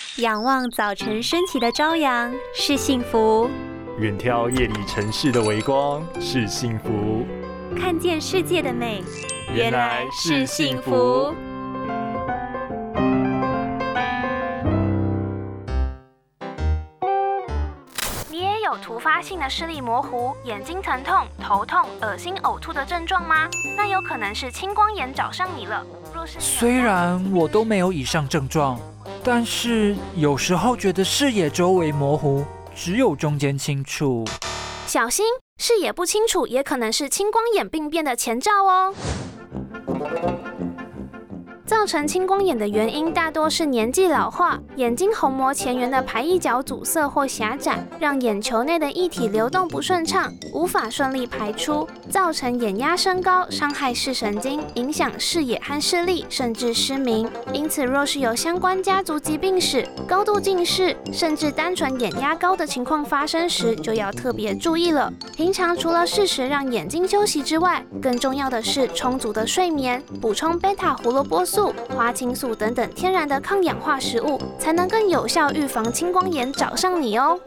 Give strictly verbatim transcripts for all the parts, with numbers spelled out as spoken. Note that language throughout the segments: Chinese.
仰望早晨升起的朝阳是幸福， 远眺夜里城市的微光是幸福， 看见世界的美原来是幸福。 你也有突发性的视力模糊、眼睛疼痛、头痛、恶心、呕吐的症状吗？那有可能是青光眼找上你了。 虽然我都没有以上症状，但是有时候觉得视野周围模糊，只有中间清楚。 小心，视野不清楚也可能是青光眼病变的前兆哦。造成青光眼的原因大多是年纪老化、眼睛虹膜前缘的排异角阻塞或狭窄，让眼球内的液体流动不顺畅，无法顺利排出，造成眼压升高，伤害视神经，影响视野和视力，甚至失明。因此，若是有相关家族疾病史、高度近视，甚至单纯眼压高的情况发生时，就要特别注意了。平常除了适时让眼睛休息之外，更重要的是充足的睡眠，补充贝塔胡萝卜素、花青素等等天然的抗氧化食物，才能更有效预防青光眼找上你哦。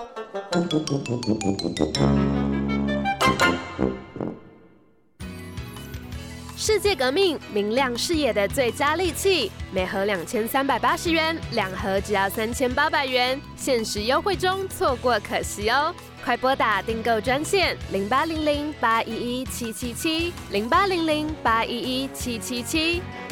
世界革命，明亮视野的最佳利器，每盒两千三百八十元，两盒只要三千八百元，限时优惠中，错过可惜哦！快拨打订购专线零八零零八一一七七七零八零零八一一七七七。